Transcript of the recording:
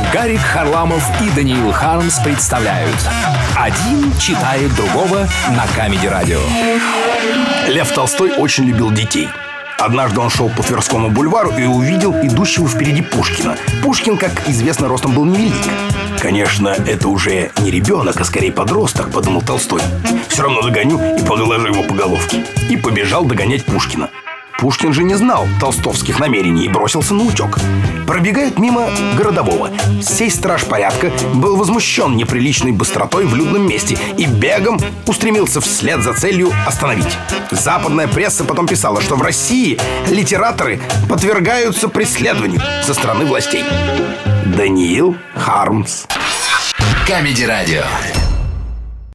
Гарик Харламов и Даниил Хармс представляют «Один читает другого» на Comedy Radio. Лев Толстой очень любил детей. Однажды он шел по Тверскому бульвару и увидел идущего впереди Пушкина. Пушкин, как известно, ростом был невелик. «Конечно, это уже не ребенок, а скорее подросток», — подумал Толстой. «Все равно догоню и поглажу его по головке». И побежал догонять Пушкина. Пушкин же не знал толстовских намерений и бросился на утек. Пробегает мимо городового. Сей страж порядка был возмущен неприличной быстротой в людном месте и бегом устремился вслед за целью остановить. Западная пресса потом писала, что в России литераторы подвергаются преследованию со стороны властей. Даниил Хармс. Comedy Radio.